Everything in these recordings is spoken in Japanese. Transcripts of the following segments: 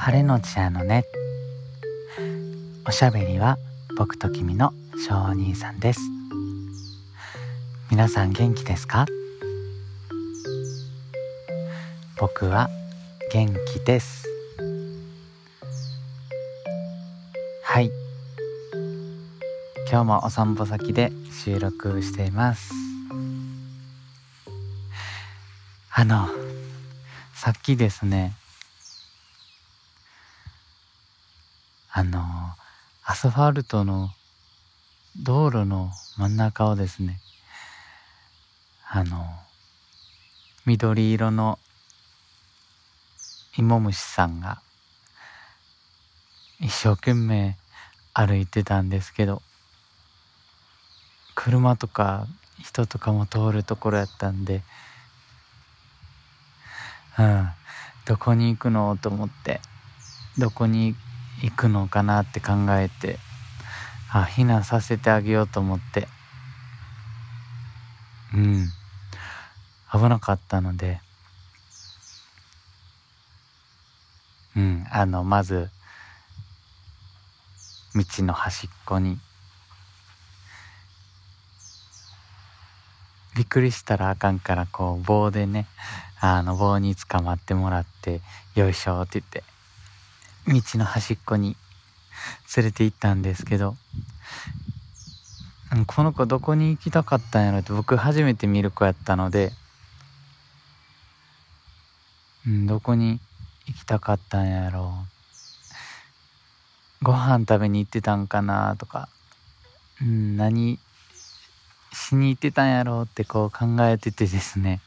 晴れのちやのね。おしゃべりは僕と君の小お兄さんです。皆さん元気ですか？僕は元気です。はい、今日もお散歩先で収録しています。さっきですね、アスファルトの道路の真ん中をですね、緑色の芋虫さんが一生懸命歩いてたんですけど、車とか人とかも通るところやったんで、どこに行くのと思って、どこに行くのかなって考えて、避難させてあげようと思って、危なかったので、まず道の端っこに、びっくりしたらあかんから、こう棒でね、棒に捕まってもらって、よいしょって言って道の端っこに連れて行ったんですけど、この子どこに行きたかったんやろって、僕初めて見る子やったので、どこに行きたかったんやろう、ご飯食べに行ってたんかなとか、何しに行ってたんやろうってこう考えててですね、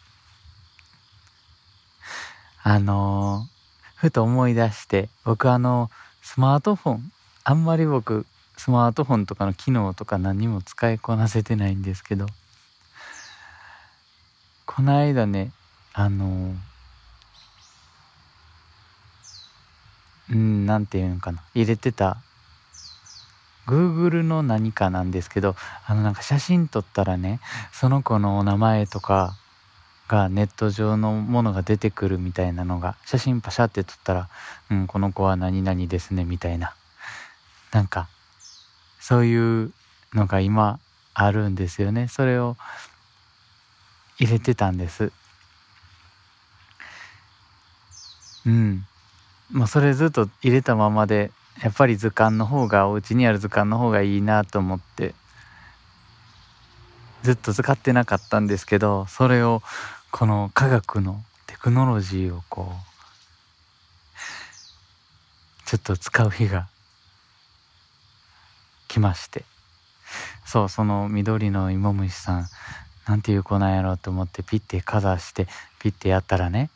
ふと思い出して、僕スマートフォン、あんまり僕スマートフォンとかの機能とか何も使いこなせてないんですけど、この間ね、なんていうのかな、入れてた Google の何かなんですけど、なんか写真撮ったらね、その子のお名前とかがネット上のものが出てくるみたいなのが、写真パシャって撮ったら、この子は何々ですねみたいな、なんかそういうのが今あるんですよね。それを入れてたんです。もうそれずっと入れたままで、やっぱり図鑑の方が、お家にある図鑑の方がいいなと思ってずっと使ってなかったんですけど、それをこの科学のテクノロジーをこうちょっと使う日が来まして、その緑の芋虫さん、なんていう子なんやろうと思ってピッてかざしてピッてやったらね、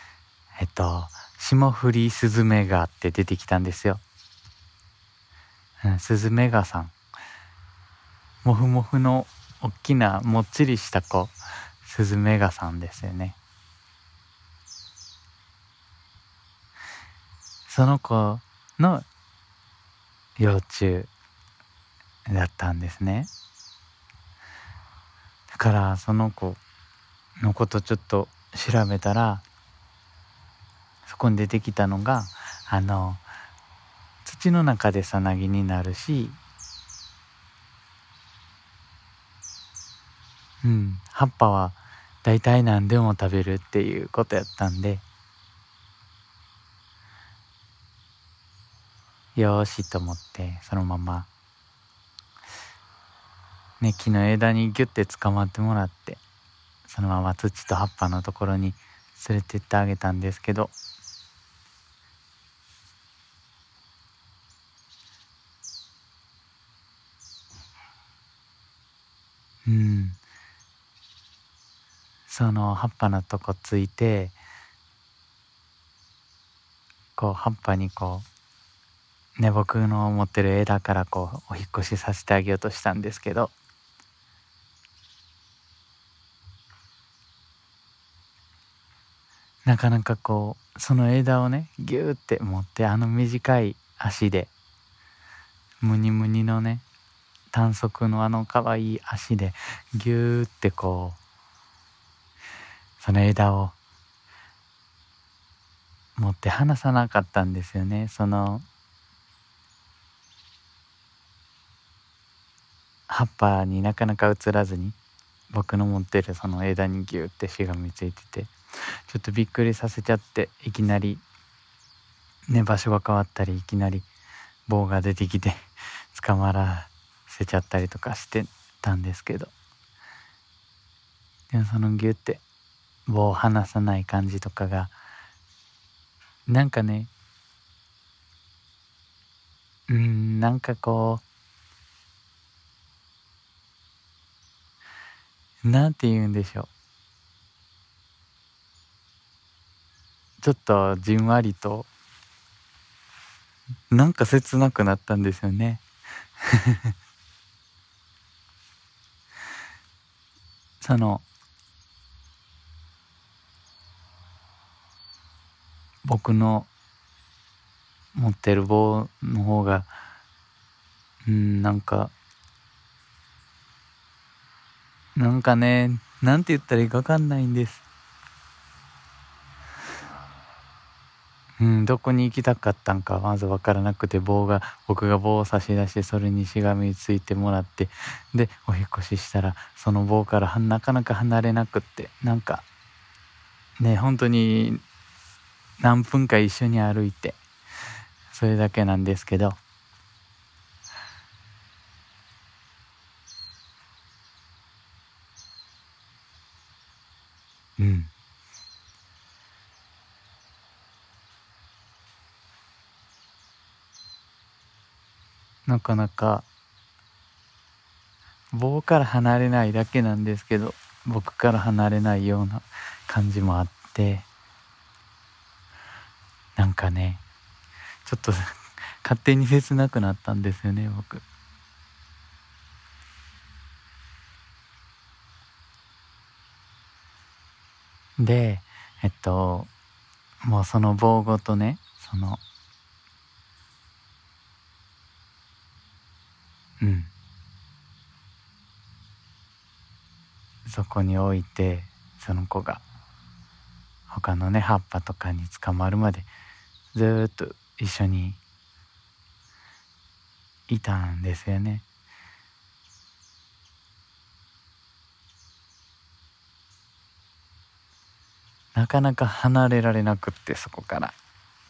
霜降りスズメガって出てきたんですよ。スズメガさん、モフモフのおっきなもっちりした子、スズメガさんですよね。その子の幼虫だったんですね。だからその子のことちょっと調べたら、そこに出てきたのが、土の中でさなぎになるし、葉っぱはだいたい何でも食べるっていうことやったんで、よーしと思って、そのままね、木の枝にギュッて捕まってもらって、そのまま土と葉っぱのところに連れてってあげたんですけど、その葉っぱのとこついて、こう葉っぱにこうね、僕の持ってる枝からこうお引っ越しさせてあげようとしたんですけど、なかなかこうその枝をねギューって持って、短い足で、ムニムニのね短足の可愛い足でギューってこうその枝を持って離さなかったんですよね。その葉っぱになかなか映らずに、僕の持ってるその枝にギュってしがみついてて、ちょっとびっくりさせちゃって、いきなりね、場所が変わったり、いきなり棒が出てきて捕まらせちゃったりとかしてたんですけど、でもそのギュって棒を離さない感じとかがなんかね、なんかこう、なんて言うんでしょう、ちょっとじんわりとなんか切なくなったんですよね。その僕の持ってる棒の方がなんかね、なんて言ったらいいか分かんないんです。どこに行きたかったんかまず分からなくて、僕が棒を差し出して、それにしがみついてもらって、でお引っ越ししたらその棒からなかなか離れなくって、なんかね、本当に何分か一緒に歩いて、それだけなんですけど、うんなかなか棒から離れないだけなんですけど、僕から離れないような感じもあって、なんかね、ちょっと勝手に切なくなったんですよね、僕。で、もうその棒ごとね、うん、そこに置いて、その子が他のね、葉っぱとかに捕まるまでずーっと一緒にいたんですよね。なかなか離れられなくって、そこから。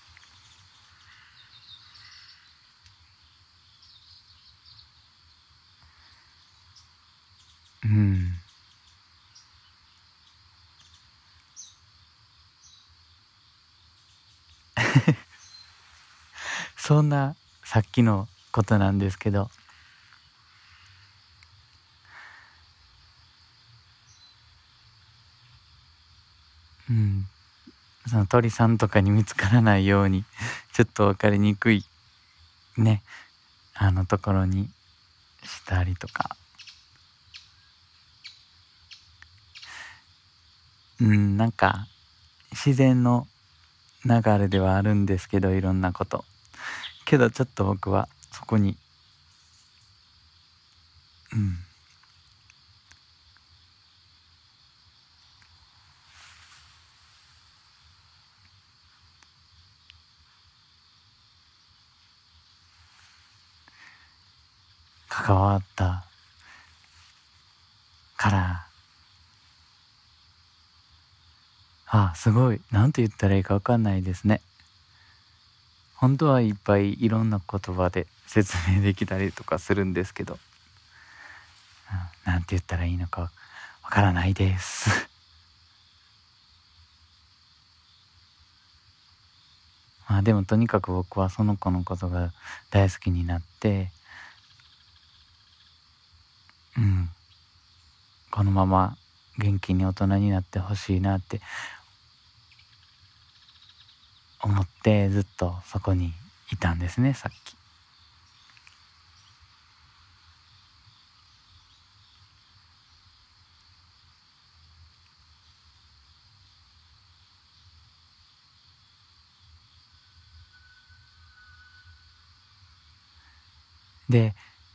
うん。そんなさっきのことなんですけど、うん、その鳥さんとかに見つからないようにちょっと分かりにくいね、ところにしたりとか、なんか自然の流れではあるんですけど、いろんなことけど、ちょっと僕はそこに、うん、関わったから、すごい、なんて言ったらいいか分かんないですね。本当はいっぱいいろんな言葉で説明できたりとかするんですけど、なんて言ったらいいのかわからないです。でもとにかく僕はその子のことが大好きになって、うん、このまま元気に大人になってほしいなって思って、ずっとそこにいたんですね、さっき。で、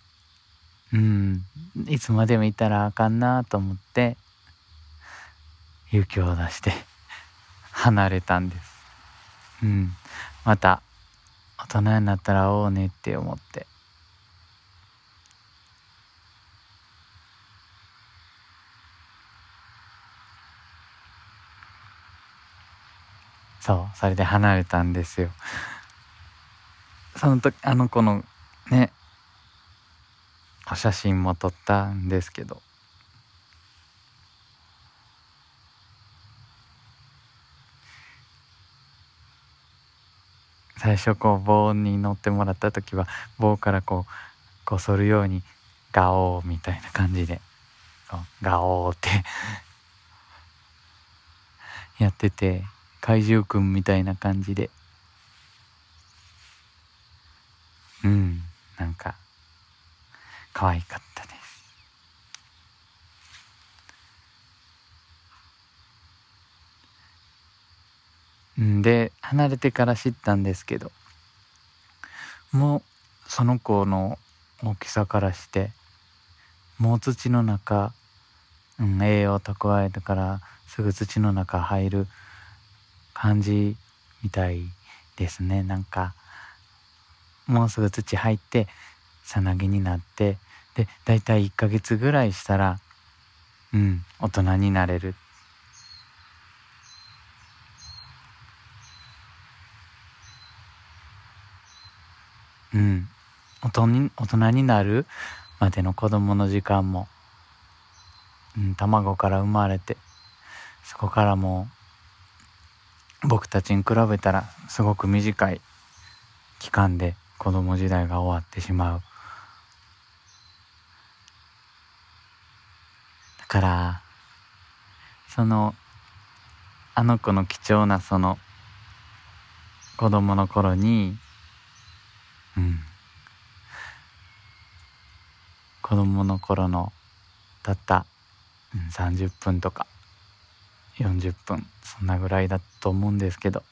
いつまでもいたらあかんなと思って勇気を出して離れたんです。 また大人になったら会おうねって思って。それで離れたんですよ。その時あの子のねお写真も撮ったんですけど、最初棒に乗ってもらった時は棒からこそるようにガオーみたいな感じでガオーってやってて、怪獣くんみたいな感じで、なんか可愛かったです。で離れてから知ったんですけど、もうその子の大きさからしてもう土の中、栄養蓄えてからすぐ土の中入る感じみたいですね。なんかもうすぐ土入ってさなぎになって、でだいたい1ヶ月ぐらいしたら大人になれる。大人になるまでの子供の時間も、卵から生まれて、そこからもう僕たちに比べたらすごく短い期間で子供時代が終わってしまう。だからあの子の貴重なその子供の頃に、子供の頃のたった、30分とか40分そんなぐらいだと思うんですけど、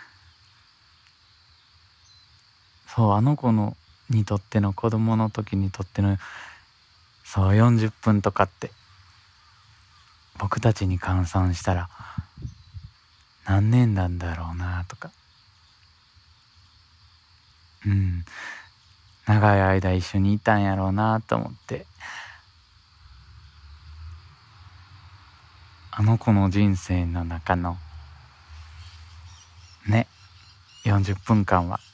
あの子のにとっての子供の時にとっての40分とかって僕たちに換算したら何年なんだろうなとか、長い間一緒にいたんやろうなと思って、あの子の人生の中のね40分間は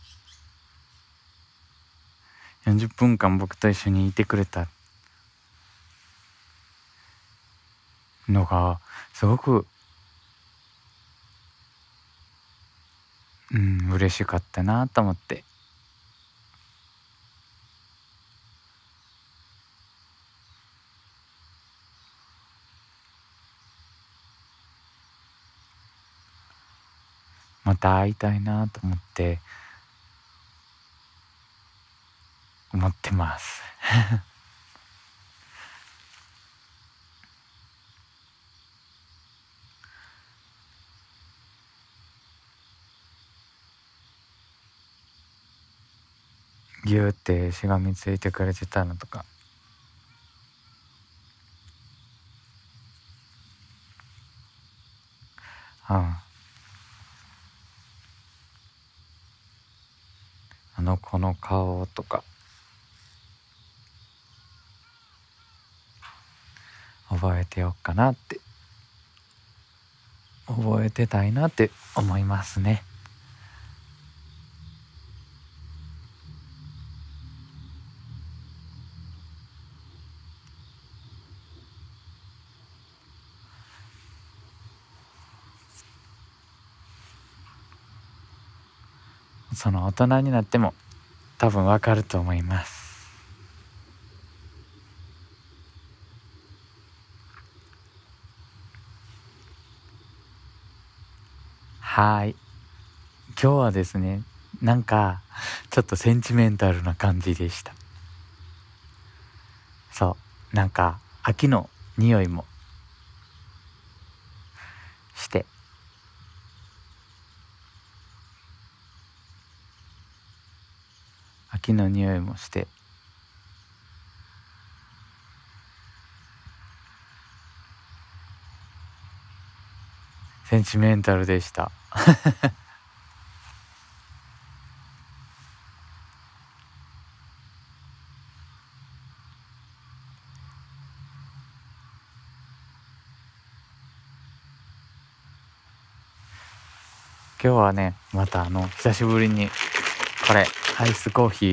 40分間僕と一緒にいてくれたのがすごく嬉しかったなと思って。また会いたいなと思ってますギューってしがみついてくれてたのとか、あの子の顔とか覚えてよっかなって、覚えてたいなって思いますね。その大人になっても多分わかると思います。はい、今日はですねなんかちょっとセンチメンタルな感じでした。なんか秋の匂いもしてセンチメンタルでした今日はねまた久しぶりにこれアイスコーヒ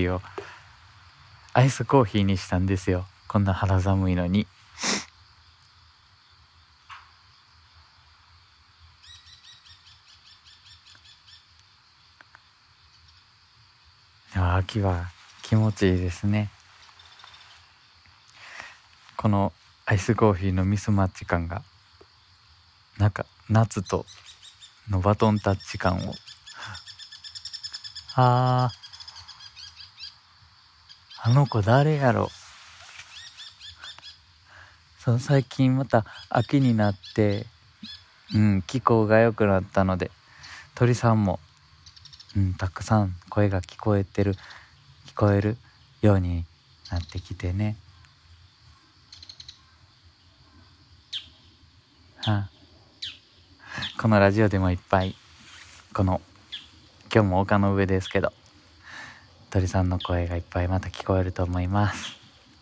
ーにしたんですよ。こんな肌寒いのに。でも秋は気持ちいいですね。このアイスコーヒーのミスマッチ感がなんか夏とのバトンタッチ感をあの子誰やろ。そう、最近また秋になって気候が良くなったので鳥さんもたくさん声が聞こえるようになってきてね。このラジオでもいっぱい今日も丘の上ですけど鳥さんの声がいっぱいまた聞こえると思います。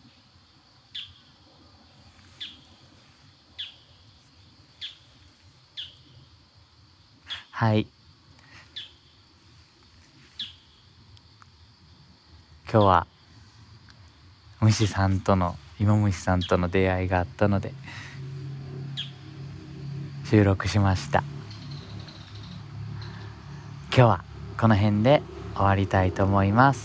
はい、今日は芋虫さんとの出会いがあったので収録しました。今日はこの辺で終わりたいと思います。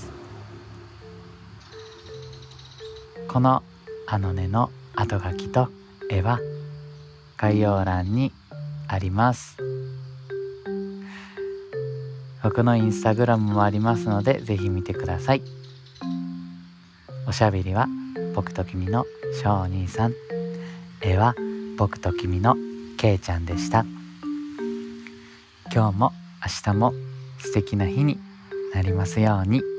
このねの後書きと絵は概要欄にあります。僕のインスタグラムもありますのでぜひ見てください。おしゃべりは僕と君のショー兄さん、絵は僕と君のケイちゃんでした。今日も明日も素敵な日になりますように。